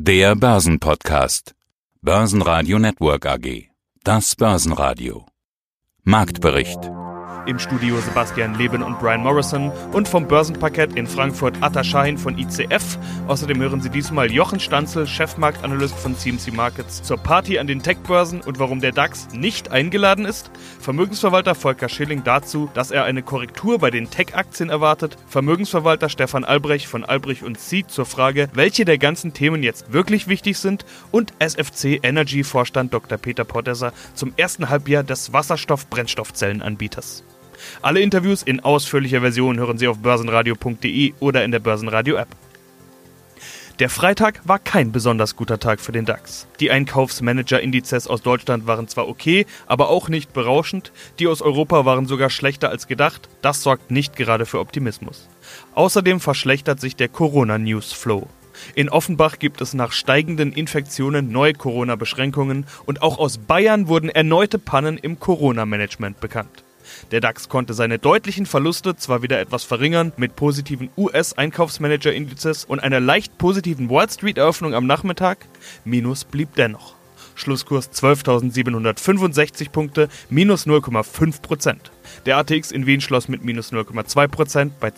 Der Börsenpodcast. Börsenradio Network AG. Das Börsenradio. Marktbericht. Im Studio Sebastian Leben und Brian Morrison und vom Börsenparkett in Frankfurt Atta Shahin von ICF. Außerdem hören Sie diesmal Jochen Stanzel, Chefmarktanalyst von CMC Markets, zur Party an den Tech-Börsen und warum der DAX nicht eingeladen ist. Vermögensverwalter Volker Schilling dazu, dass er eine Korrektur bei den Tech-Aktien erwartet. Vermögensverwalter Stefan Albrecht von Albrecht & Seed zur Frage, welche der ganzen Themen jetzt wirklich wichtig sind. Und SFC Energy Vorstand Dr. Peter Podesser zum ersten Halbjahr des Wasserstoff-Brennstoffzellenanbieters. Alle Interviews in ausführlicher Version hören Sie auf börsenradio.de oder in der Börsenradio-App. Der Freitag war kein besonders guter Tag für den DAX. Die Einkaufsmanager-Indizes aus Deutschland waren zwar okay, aber auch nicht berauschend. Die aus Europa waren sogar schlechter als gedacht. Das sorgt nicht gerade für Optimismus. Außerdem verschlechtert sich der Corona-News-Flow. In Offenbach gibt es nach steigenden Infektionen neue Corona-Beschränkungen und auch aus Bayern wurden erneute Pannen im Corona-Management bekannt. Der DAX konnte seine deutlichen Verluste zwar wieder etwas verringern mit positiven US-Einkaufsmanager-Indizes und einer leicht positiven Wall-Street-Eröffnung am Nachmittag, Minus blieb dennoch. Schlusskurs 12.765 Punkte, minus 0,5%. Der ATX in Wien schloss mit minus 0,2% bei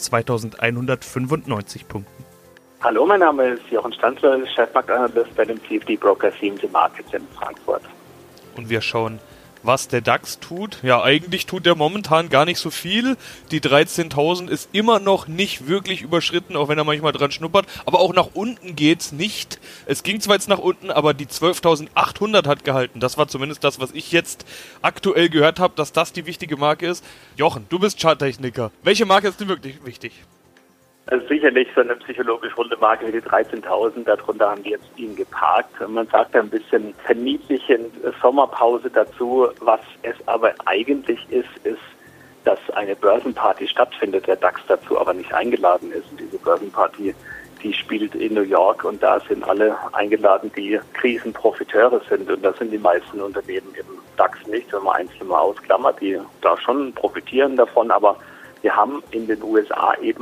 2.195 Punkten. Hallo, mein Name ist Jochen Stanzel, Chefmarktanalyst bei dem CFD-Broker CMC Markets in Frankfurt. Und wir schauen, was der DAX tut. Ja, eigentlich tut er momentan gar nicht so viel. Die 13.000 ist immer noch nicht wirklich überschritten, auch wenn er manchmal dran schnuppert. Aber auch nach unten geht's nicht. Es ging zwar jetzt nach unten, aber die 12.800 hat gehalten. Das war zumindest das, was ich jetzt aktuell gehört habe, dass das die wichtige Marke ist. Jochen, du bist Charttechniker. Welche Marke ist denn wirklich wichtig? Also sicherlich so eine psychologisch runde Marke wie die 13.000, darunter haben die jetzt ihn geparkt. Man sagt ein bisschen verniedlichend Sommerpause dazu. Was es aber eigentlich ist, dass eine Börsenparty stattfindet, der DAX dazu aber nicht eingeladen ist. Und diese Börsenparty, die spielt in New York und da sind alle eingeladen, die Krisenprofiteure sind. Und das sind die meisten Unternehmen im DAX nicht, wenn man einzelne mal ausklammert, die da schon profitieren davon. Aber wir haben in den USA eben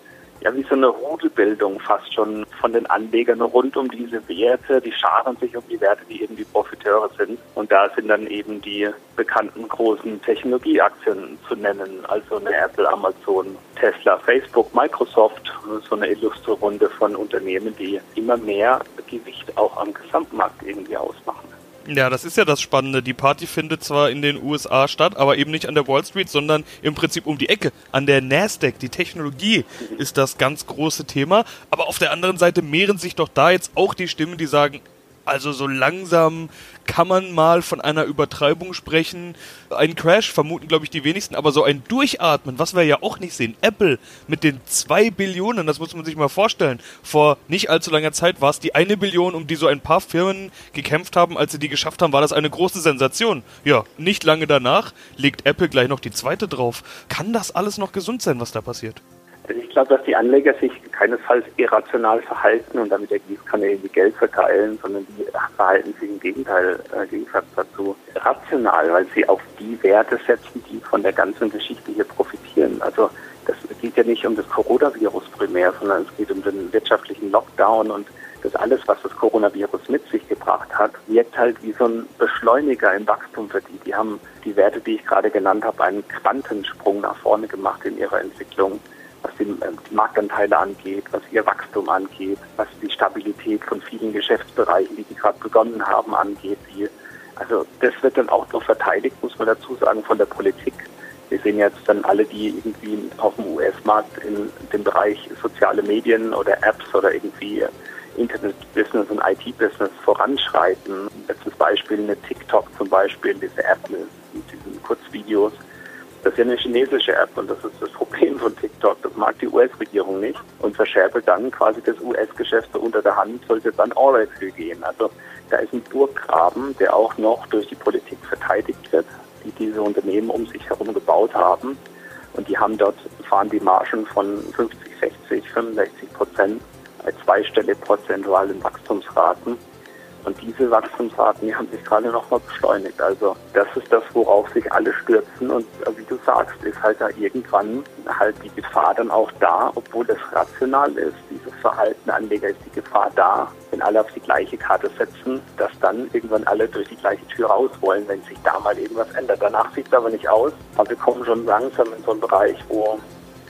wie so eine Rudelbildung fast schon von den Anlegern rund um diese Werte. Die scharen sich um die Werte, die eben die Profiteure sind. Und da sind dann eben die bekannten großen Technologieaktien zu nennen. Also eine Apple, Amazon, Tesla, Facebook, Microsoft. So eine illustre Runde von Unternehmen, die immer mehr Gewicht auch am Gesamtmarkt irgendwie ausmachen. Ja, das ist ja das Spannende. Die Party findet zwar in den USA statt, aber eben nicht an der Wall Street, sondern im Prinzip um die Ecke. An der Nasdaq, die Technologie, ist das ganz große Thema. Aber auf der anderen Seite mehren sich doch da jetzt auch die Stimmen, die sagen, also so langsam kann man mal von einer Übertreibung sprechen. Ein Crash vermuten, glaube ich, die wenigsten, aber so ein Durchatmen, was wir ja auch nicht sehen. Apple mit den 2 Billionen, das muss man sich mal vorstellen. Vor nicht allzu langer Zeit war es die 1 Billion, um die so ein paar Firmen gekämpft haben. Als sie die geschafft haben, war das eine große Sensation. Ja, nicht lange danach legt Apple gleich noch die zweite drauf. Kann das alles noch gesund sein, was da passiert? Also ich glaube, dass die Anleger sich keinesfalls irrational verhalten und damit der Gießkanne irgendwie Geld verteilen, sondern die verhalten sich im Gegensatz dazu rational, weil sie auf die Werte setzen, die von der ganzen Geschichte hier profitieren. Also das geht ja nicht um das Coronavirus primär, sondern es geht um den wirtschaftlichen Lockdown und das alles, was das Coronavirus mit sich gebracht hat, wirkt halt wie so ein Beschleuniger im Wachstum für die. Die haben die Werte, die ich gerade genannt habe, einen Quantensprung nach vorne gemacht in ihrer Entwicklung, was die Marktanteile angeht, was ihr Wachstum angeht, was die Stabilität von vielen Geschäftsbereichen, die gerade begonnen haben, angeht. Also das wird dann auch noch verteidigt, muss man dazu sagen, von der Politik. Wir sehen jetzt dann alle, die irgendwie auf dem US-Markt in dem Bereich soziale Medien oder Apps oder irgendwie Internet-Business und IT-Business voranschreiten. Letztes Beispiel eine TikTok zum Beispiel, diese App mit diesen Kurzvideos. Das ist ja eine chinesische App und das ist das Problem von TikTok. Das mag die US-Regierung nicht und verscherbelt dann quasi das US-Geschäft so unter der Hand, sollte es an Oracle gehen. Also da ist ein Burggraben, der auch noch durch die Politik verteidigt wird, die diese Unternehmen um sich herum gebaut haben. Und die haben dort, fahren die Margen von 50, 60, 65%, zweistellig prozentualen Wachstumsraten. Und diese Wachstumsraten, die haben sich gerade nochmal beschleunigt. Also das ist das, worauf sich alle stürzen. Und wie du sagst, ist halt da irgendwann halt die Gefahr dann auch da, obwohl das rational ist. Dieses Verhalten der Anleger ist die Gefahr da, wenn alle auf die gleiche Karte setzen, dass dann irgendwann alle durch die gleiche Tür raus wollen, wenn sich da mal irgendwas ändert. Danach sieht es aber nicht aus. Aber wir kommen schon langsam in so einen Bereich, wo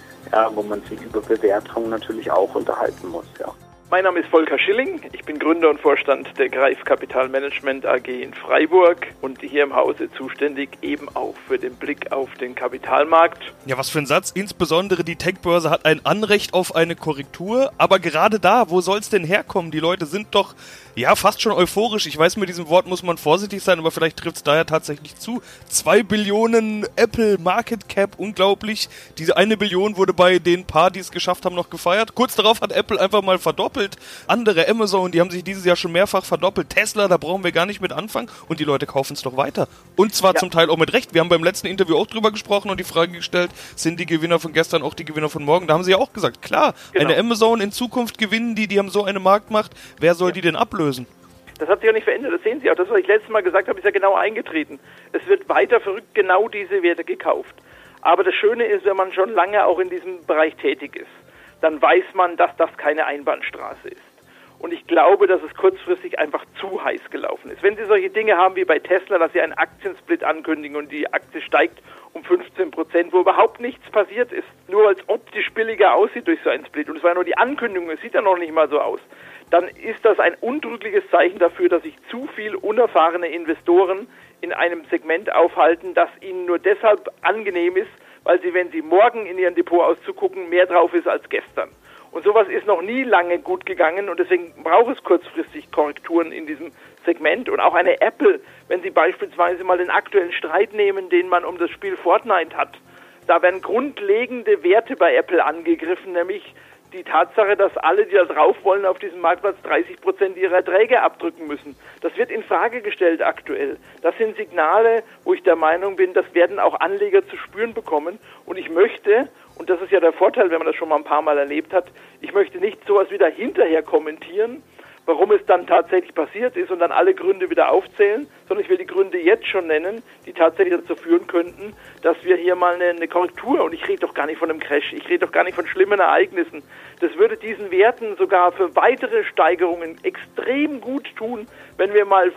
man sich über Bewertungen natürlich auch unterhalten muss, ja. Mein Name ist Volker Schilling, ich bin Gründer und Vorstand der Greif Kapital Management AG in Freiburg und hier im Hause zuständig eben auch für den Blick auf den Kapitalmarkt. Ja, was für ein Satz. Insbesondere die Tech-Börse hat ein Anrecht auf eine Korrektur, aber gerade da, wo soll es denn herkommen? Die Leute sind doch, ja, fast schon euphorisch. Ich weiß, mit diesem Wort muss man vorsichtig sein, aber vielleicht trifft es da ja tatsächlich zu. 2 Billionen Apple Market Cap, unglaublich. Diese 1 Billion wurde bei den paar, die es geschafft haben, noch gefeiert. Kurz darauf hat Apple einfach mal verdoppelt. Andere, Amazon, die haben sich dieses Jahr schon mehrfach verdoppelt. Tesla, da brauchen wir gar nicht mit anfangen. Und die Leute kaufen es doch weiter. Und zwar zum Teil auch mit Recht. Wir haben beim letzten Interview auch drüber gesprochen und die Frage gestellt, sind die Gewinner von gestern auch die Gewinner von morgen? Da haben sie ja auch gesagt, klar, eine Amazon in Zukunft gewinnen die haben so eine Marktmacht. Wer soll die denn ablösen? Das hat sich auch nicht verändert, das sehen Sie auch. Das, was ich letztes Mal gesagt habe, ist ja genau eingetreten. Es wird weiter verrückt genau diese Werte gekauft. Aber das Schöne ist, wenn man schon lange auch in diesem Bereich tätig ist, dann weiß man, dass das keine Einbahnstraße ist. Und ich glaube, dass es kurzfristig einfach zu heiß gelaufen ist. Wenn Sie solche Dinge haben wie bei Tesla, dass Sie einen Aktiensplit ankündigen und die Aktie steigt um 15%, wo überhaupt nichts passiert ist, nur weil es optisch billiger aussieht durch so einen Split, und es war nur die Ankündigung, es sieht ja noch nicht mal so aus, dann ist das ein untrügliches Zeichen dafür, dass sich zu viel unerfahrene Investoren in einem Segment aufhalten, das ihnen nur deshalb angenehm ist, weil sie, wenn sie morgen in ihren Depotauszug gucken, mehr drauf ist als gestern. Und sowas ist noch nie lange gut gegangen und deswegen braucht es kurzfristig Korrekturen in diesem Segment. Und auch eine Apple, wenn Sie beispielsweise mal den aktuellen Streit nehmen, den man um das Spiel Fortnite hat, da werden grundlegende Werte bei Apple angegriffen, nämlich die Tatsache, dass alle, die da drauf wollen, auf diesem Marktplatz 30% ihrer Erträge abdrücken müssen. Das wird in Frage gestellt aktuell. Das sind Signale, wo ich der Meinung bin, das werden auch Anleger zu spüren bekommen. Und ich möchte, und das ist ja der Vorteil, wenn man das schon mal ein paar Mal erlebt hat, ich möchte nicht sowas wieder hinterher kommentieren, warum es dann tatsächlich passiert ist und dann alle Gründe wieder aufzählen, sondern ich will die Gründe jetzt schon nennen, die tatsächlich dazu führen könnten, dass wir hier mal eine Korrektur, und ich rede doch gar nicht von einem Crash, ich rede doch gar nicht von schlimmen Ereignissen, das würde diesen Werten sogar für weitere Steigerungen extrem gut tun, wenn wir mal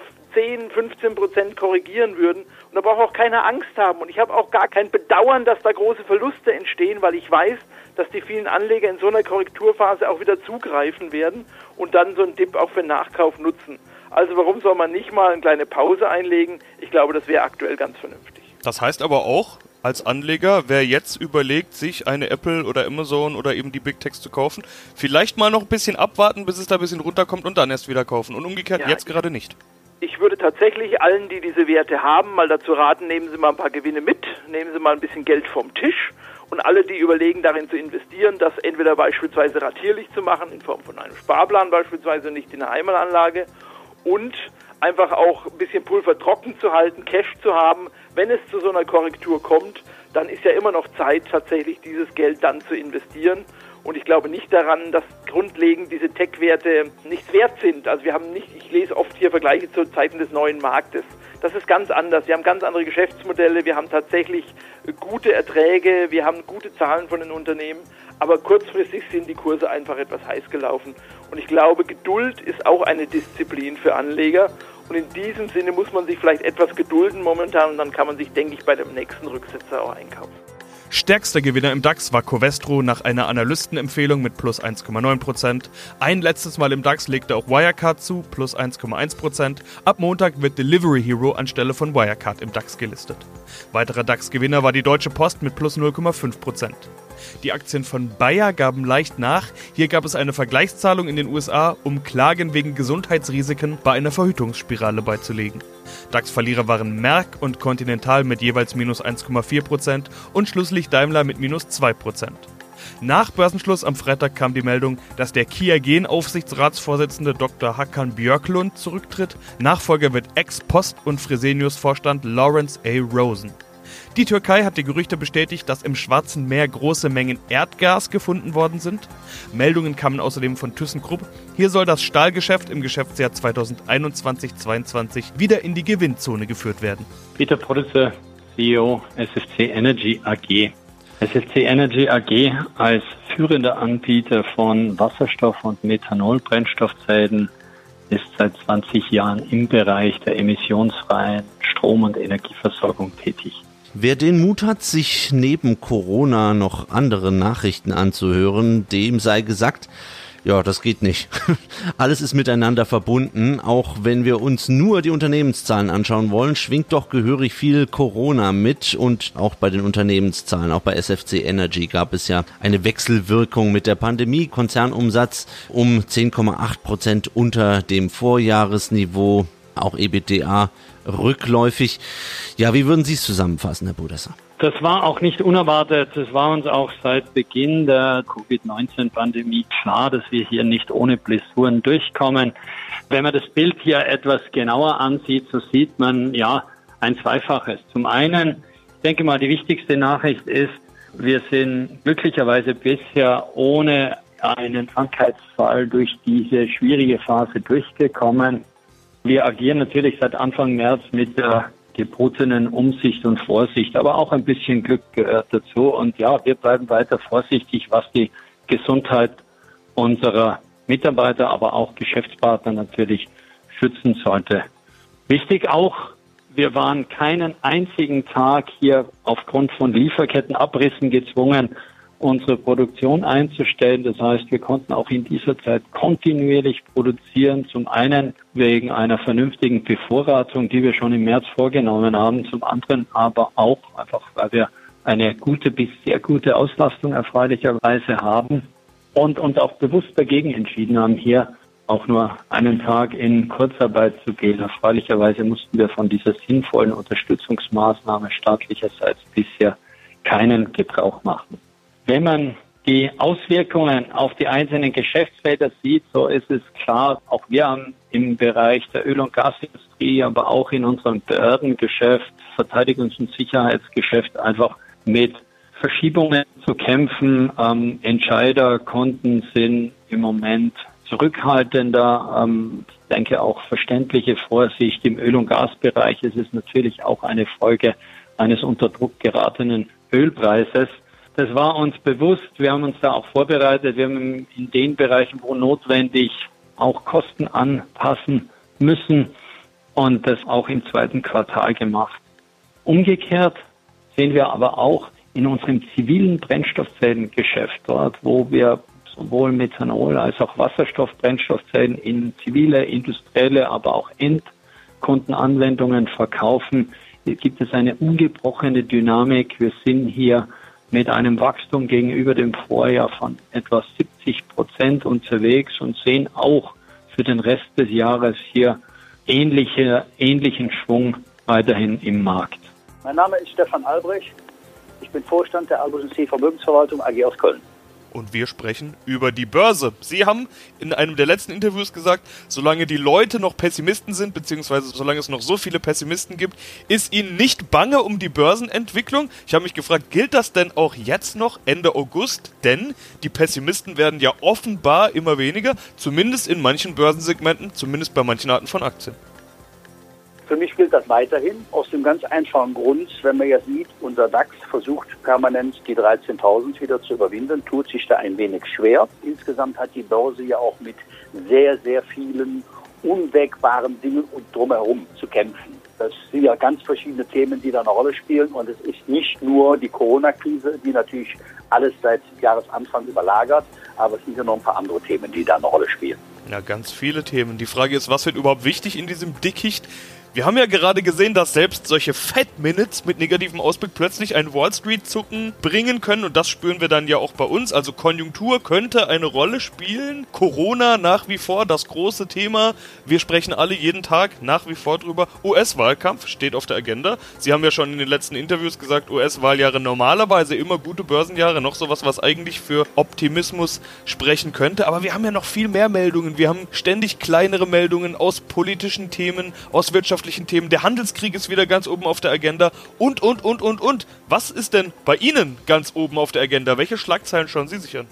10-15% korrigieren würden. Und da braucht auch keiner Angst haben. Und ich habe auch gar kein Bedauern, dass da große Verluste entstehen, weil ich weiß, dass die vielen Anleger in so einer Korrekturphase auch wieder zugreifen werden und dann so einen Dip auch für Nachkauf nutzen. Also warum soll man nicht mal eine kleine Pause einlegen? Ich glaube, das wäre aktuell ganz vernünftig. Das heißt aber auch, als Anleger, wer jetzt überlegt, sich eine Apple oder Amazon oder eben die Big Techs zu kaufen, vielleicht mal noch ein bisschen abwarten, bis es da ein bisschen runterkommt und dann erst wieder kaufen. Und umgekehrt jetzt gerade nicht. Ich würde tatsächlich allen, die diese Werte haben, mal dazu raten, nehmen Sie mal ein paar Gewinne mit, nehmen Sie mal ein bisschen Geld vom Tisch und alle, die überlegen, darin zu investieren, das entweder beispielsweise ratierlich zu machen, in Form von einem Sparplan beispielsweise, nicht in einer Einmalanlage, und einfach auch ein bisschen Pulver trocken zu halten, Cash zu haben. Wenn es zu so einer Korrektur kommt, dann ist ja immer noch Zeit, tatsächlich dieses Geld dann zu investieren. Und ich glaube nicht daran, dass grundlegend diese Tech-Werte nichts wert sind. Also wir haben nicht, ich lese oft hier Vergleiche zu Zeiten des neuen Marktes. Das ist ganz anders. Wir haben ganz andere Geschäftsmodelle, wir haben tatsächlich gute Erträge, wir haben gute Zahlen von den Unternehmen. Aber kurzfristig sind die Kurse einfach etwas heiß gelaufen. Und ich glaube, Geduld ist auch eine Disziplin für Anleger. Und in diesem Sinne muss man sich vielleicht etwas gedulden momentan und dann kann man sich, denke ich, bei dem nächsten Rücksetzer auch einkaufen. Stärkster Gewinner im DAX war Covestro nach einer Analystenempfehlung mit plus 1,9%. Ein letztes Mal im DAX legte auch Wirecard zu, plus 1,1%. Ab Montag wird Delivery Hero anstelle von Wirecard im DAX gelistet. Weiterer DAX-Gewinner war die Deutsche Post mit plus 0,5%. Die Aktien von Bayer gaben leicht nach. Hier gab es eine Vergleichszahlung in den USA, um Klagen wegen Gesundheitsrisiken bei einer Verhütungsspirale beizulegen. DAX-Verlierer waren Merck und Continental mit jeweils minus 1,4% und Schlusslicht Daimler mit minus 2%. Nach Börsenschluss am Freitag kam die Meldung, dass der Kia Gen-Aufsichtsratsvorsitzende Dr. Hakan Björklund zurücktritt. Nachfolger wird Ex-Post- und Fresenius-Vorstand Lawrence A. Rosen. Die Türkei hat die Gerüchte bestätigt, dass im Schwarzen Meer große Mengen Erdgas gefunden worden sind. Meldungen kamen außerdem von ThyssenKrupp. Hier soll das Stahlgeschäft im Geschäftsjahr 2021-22 wieder in die Gewinnzone geführt werden. Peter Podesser, CEO SFC Energy AG. SFC Energy AG als führender Anbieter von Wasserstoff- und Methanol-Brennstoffzellen ist seit 20 Jahren im Bereich der emissionsfreien Strom- und Energieversorgung tätig. Wer den Mut hat, sich neben Corona noch andere Nachrichten anzuhören, dem sei gesagt, ja, das geht nicht. Alles ist miteinander verbunden. Auch wenn wir uns nur die Unternehmenszahlen anschauen wollen, schwingt doch gehörig viel Corona mit. Und auch bei den Unternehmenszahlen, auch bei SFC Energy gab es ja eine Wechselwirkung mit der Pandemie. Konzernumsatz um 10,8% unter dem Vorjahresniveau. Auch EBITDA rückläufig. Ja, wie würden Sie es zusammenfassen, Herr Podesser? Das war auch nicht unerwartet. Es war uns auch seit Beginn der Covid-19-Pandemie klar, dass wir hier nicht ohne Blessuren durchkommen. Wenn man das Bild hier etwas genauer ansieht, so sieht man ja ein Zweifaches. Zum einen, ich denke mal, die wichtigste Nachricht ist, wir sind glücklicherweise bisher ohne einen Krankheitsfall durch diese schwierige Phase durchgekommen. Wir agieren natürlich seit Anfang März mit der gebotenen Umsicht und Vorsicht, aber auch ein bisschen Glück gehört dazu. Und ja, wir bleiben weiter vorsichtig, was die Gesundheit unserer Mitarbeiter, aber auch Geschäftspartner natürlich schützen sollte. Wichtig auch, wir waren keinen einzigen Tag hier aufgrund von Lieferkettenabrissen gezwungen, unsere Produktion einzustellen. Das heißt, wir konnten auch in dieser Zeit kontinuierlich produzieren. Zum einen wegen einer vernünftigen Bevorratung, die wir schon im März vorgenommen haben. Zum anderen aber auch einfach, weil wir eine gute bis sehr gute Auslastung erfreulicherweise haben und uns auch bewusst dagegen entschieden haben, hier auch nur einen Tag in Kurzarbeit zu gehen. Erfreulicherweise mussten wir von dieser sinnvollen Unterstützungsmaßnahme staatlicherseits bisher keinen Gebrauch machen. Wenn man die Auswirkungen auf die einzelnen Geschäftsfelder sieht, so ist es klar, auch wir haben im Bereich der Öl- und Gasindustrie, aber auch in unserem Behördengeschäft, Verteidigungs- und Sicherheitsgeschäft einfach mit Verschiebungen zu kämpfen. Entscheiderkonten sind im Moment zurückhaltender. Ich denke auch verständliche Vorsicht im Öl- und Gasbereich. Es ist natürlich auch eine Folge eines unter Druck geratenen Ölpreises. Das war uns bewusst. Wir haben uns da auch vorbereitet. Wir haben in den Bereichen, wo notwendig, auch Kosten anpassen müssen und das auch im zweiten Quartal gemacht. Umgekehrt sehen wir aber auch in unserem zivilen Brennstoffzellengeschäft, dort wo wir sowohl Methanol als auch Wasserstoffbrennstoffzellen in zivile, industrielle, aber auch Endkundenanwendungen verkaufen, gibt es eine ungebrochene Dynamik. Wir sind hier mit einem Wachstum gegenüber dem Vorjahr von etwa 70% unterwegs und sehen auch für den Rest des Jahres hier ähnlichen Schwung weiterhin im Markt. Mein Name ist Stefan Albrecht. Ich bin Vorstand der Albus & C Vermögensverwaltung AG aus Köln. Und wir sprechen über die Börse. Sie haben in einem der letzten Interviews gesagt, solange die Leute noch Pessimisten sind, beziehungsweise solange es noch so viele Pessimisten gibt, ist ihnen nicht bange um die Börsenentwicklung. Ich habe mich gefragt, gilt das denn auch jetzt noch Ende August? Denn die Pessimisten werden ja offenbar immer weniger, zumindest in manchen Börsensegmenten, zumindest bei manchen Arten von Aktien. Für mich gilt das weiterhin, aus dem ganz einfachen Grund, wenn man ja sieht, unser DAX versucht permanent die 13.000 wieder zu überwinden, tut sich da ein wenig schwer. Insgesamt hat die Börse ja auch mit sehr, sehr vielen unwägbaren Dingen und drumherum zu kämpfen. Das sind ja ganz verschiedene Themen, die da eine Rolle spielen, und es ist nicht nur die Corona-Krise, die natürlich alles seit Jahresanfang überlagert, aber es sind ja noch ein paar andere Themen, die da eine Rolle spielen. Ja, ganz viele Themen. Die Frage ist, was wird überhaupt wichtig in diesem Dickicht? Wir haben ja gerade gesehen, dass selbst solche Fed-Minutes mit negativem Ausblick plötzlich ein Wall-Street-Zucken bringen können, und das spüren wir dann ja auch bei uns. Also Konjunktur könnte eine Rolle spielen. Corona nach wie vor das große Thema. Wir sprechen alle jeden Tag nach wie vor drüber. US-Wahlkampf steht auf der Agenda. Sie haben ja schon in den letzten Interviews gesagt, US-Wahljahre normalerweise immer gute Börsenjahre, noch sowas, was eigentlich für Optimismus sprechen könnte. Aber wir haben ja noch viel mehr Meldungen. Wir haben ständig kleinere Meldungen aus politischen Themen, aus wirtschaftlichen wirtschaftlichen Themen. Der Handelskrieg ist wieder ganz oben auf der Agenda und. Was ist denn bei Ihnen ganz oben auf der Agenda? Welche Schlagzeilen schauen Sie sich an?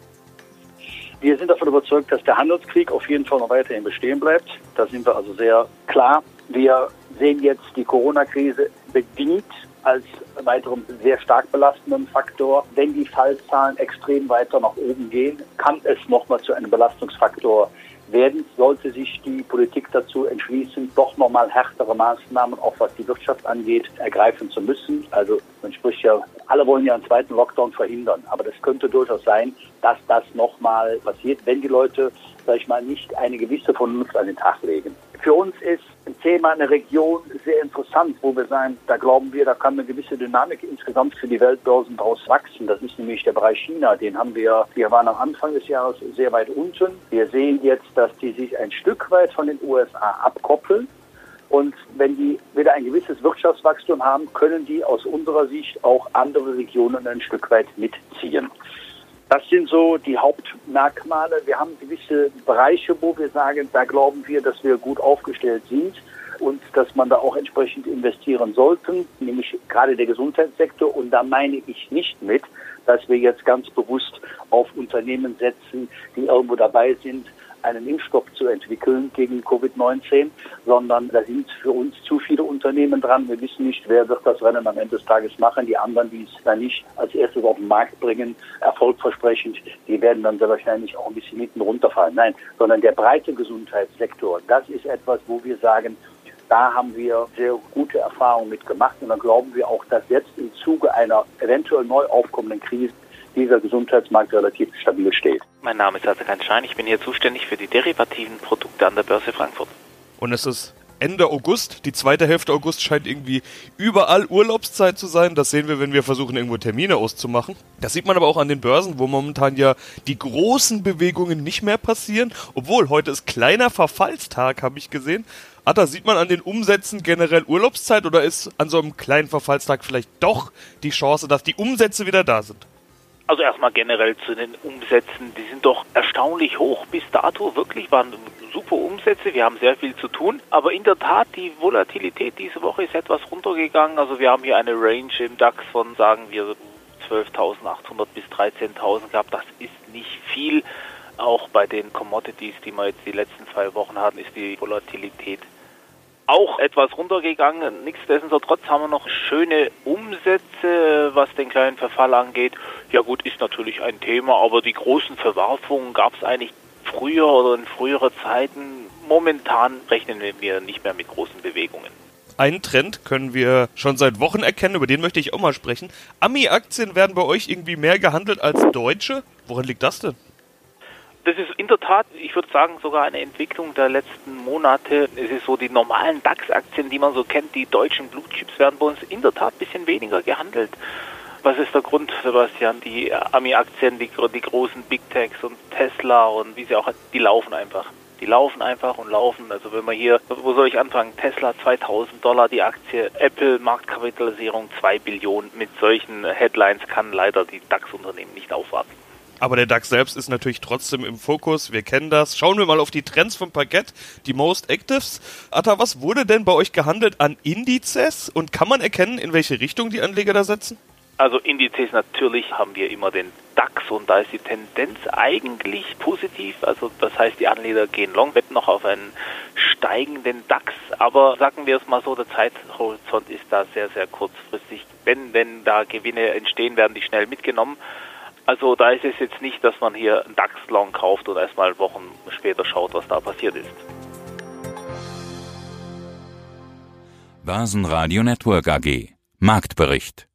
Wir sind davon überzeugt, dass der Handelskrieg auf jeden Fall noch weiterhin bestehen bleibt. Da sind wir also sehr klar. Wir sehen jetzt die Corona-Krise bedingt als weiteren sehr stark belastenden Faktor. Wenn die Fallzahlen extrem weiter nach oben gehen, kann es nochmal zu einem Belastungsfaktor werden. Sollte sich die Politik dazu entschließen, doch nochmal härtere Maßnahmen, auch was die Wirtschaft angeht, ergreifen zu müssen. Also man spricht ja, alle wollen ja einen zweiten Lockdown verhindern, aber das könnte durchaus sein, dass das nochmal passiert, wenn die Leute, sag ich mal, nicht eine gewisse Vernunft an den Tag legen. Für uns ist ein Thema, eine Region sehr interessant, wo wir sagen, da glauben wir, da kann eine gewisse Dynamik insgesamt für die Weltbörsen daraus wachsen. Das ist nämlich der Bereich China. Wir waren am Anfang des Jahres sehr weit unten. Wir sehen jetzt, dass die sich ein Stück weit von den USA abkoppeln. Und wenn die wieder ein gewisses Wirtschaftswachstum haben, können die aus unserer Sicht auch andere Regionen ein Stück weit mitziehen. Das sind so die Hauptmerkmale. Wir haben gewisse Bereiche, wo wir sagen, da glauben wir, dass wir gut aufgestellt sind und dass man da auch entsprechend investieren sollten, nämlich gerade der Gesundheitssektor. Und da meine ich nicht mit, dass wir jetzt ganz bewusst auf Unternehmen setzen, die irgendwo dabei sind, einen Impfstoff zu entwickeln gegen Covid-19, sondern da sind für uns zu viele Unternehmen dran. Wir wissen nicht, wer wird das Rennen am Ende des Tages machen. Die anderen, die es dann nicht als erstes auf den Markt bringen, erfolgversprechend, die werden dann sehr wahrscheinlich auch ein bisschen hinten runterfallen. Nein, sondern der breite Gesundheitssektor, das ist etwas, wo wir sagen, da haben wir sehr gute Erfahrungen mitgemacht. Und dann glauben wir auch, dass jetzt im Zuge einer eventuell neu aufkommenden Krise dieser Gesundheitsmarkt relativ stabil steht. Mein Name ist Serkan Schein, ich bin hier zuständig für die derivativen Produkte an der Börse Frankfurt. Und es ist Ende August, die zweite Hälfte August scheint irgendwie überall Urlaubszeit zu sein. Das sehen wir, wenn wir versuchen, irgendwo Termine auszumachen. Das sieht man aber auch an den Börsen, wo momentan ja die großen Bewegungen nicht mehr passieren. Obwohl, heute ist kleiner Verfallstag, habe ich gesehen. Da sieht man an den Umsätzen generell Urlaubszeit oder ist an so einem kleinen Verfallstag vielleicht doch die Chance, dass die Umsätze wieder da sind? Also erstmal generell zu den Umsätzen, die sind doch erstaunlich hoch. Bis dato wirklich waren super Umsätze, wir haben sehr viel zu tun. Aber in der Tat, die Volatilität diese Woche ist etwas runtergegangen. Also wir haben hier eine Range im DAX von, sagen wir, 12.800 bis 13.000 gehabt. Das ist nicht viel. Auch bei den Commodities, die wir jetzt die letzten 2 Wochen hatten, ist die Volatilität auch etwas runtergegangen. Nichtsdestotrotz haben wir noch schöne Umsätze, was den kleinen Verfall angeht. Ja gut, ist natürlich ein Thema, aber die großen Verwerfungen gab es eigentlich früher oder in früheren Zeiten. Momentan rechnen wir nicht mehr mit großen Bewegungen. Einen Trend können wir schon seit Wochen erkennen, über den möchte ich auch mal sprechen. Ami-Aktien werden bei euch irgendwie mehr gehandelt als deutsche. Woran liegt das denn? Das ist in der Tat, ich würde sagen, sogar eine Entwicklung der letzten Monate. Es ist so, die normalen DAX-Aktien, die man so kennt, die deutschen Blue Chips, werden bei uns in der Tat ein bisschen weniger gehandelt. Was ist der Grund, Sebastian? Die Ami-Aktien, die großen Big Techs und Tesla und wie sie auch, die laufen einfach. Die laufen einfach und laufen. Also wenn man hier, wo soll ich anfangen? Tesla $2.000 die Aktie, Apple Marktkapitalisierung 2 Billionen. Mit solchen Headlines kann leider die DAX-Unternehmen nicht aufwarten. Aber der DAX selbst ist natürlich trotzdem im Fokus, wir kennen das. Schauen wir mal auf die Trends vom Parkett, die Most Actives. Atta, was wurde denn bei euch gehandelt an Indizes und kann man erkennen, in welche Richtung die Anleger da setzen? Also Indizes, natürlich haben wir immer den DAX und da ist die Tendenz eigentlich positiv. Also das heißt, die Anleger gehen long, wetten noch auf einen steigenden DAX. Aber sagen wir es mal so, der Zeithorizont ist da sehr, sehr kurzfristig. Wenn da Gewinne entstehen, werden die schnell mitgenommen. Also da ist es jetzt nicht, dass man hier einen DAX-Long kauft und erstmal Wochen später schaut, was da passiert ist. Börsenradio Network AG. Marktbericht.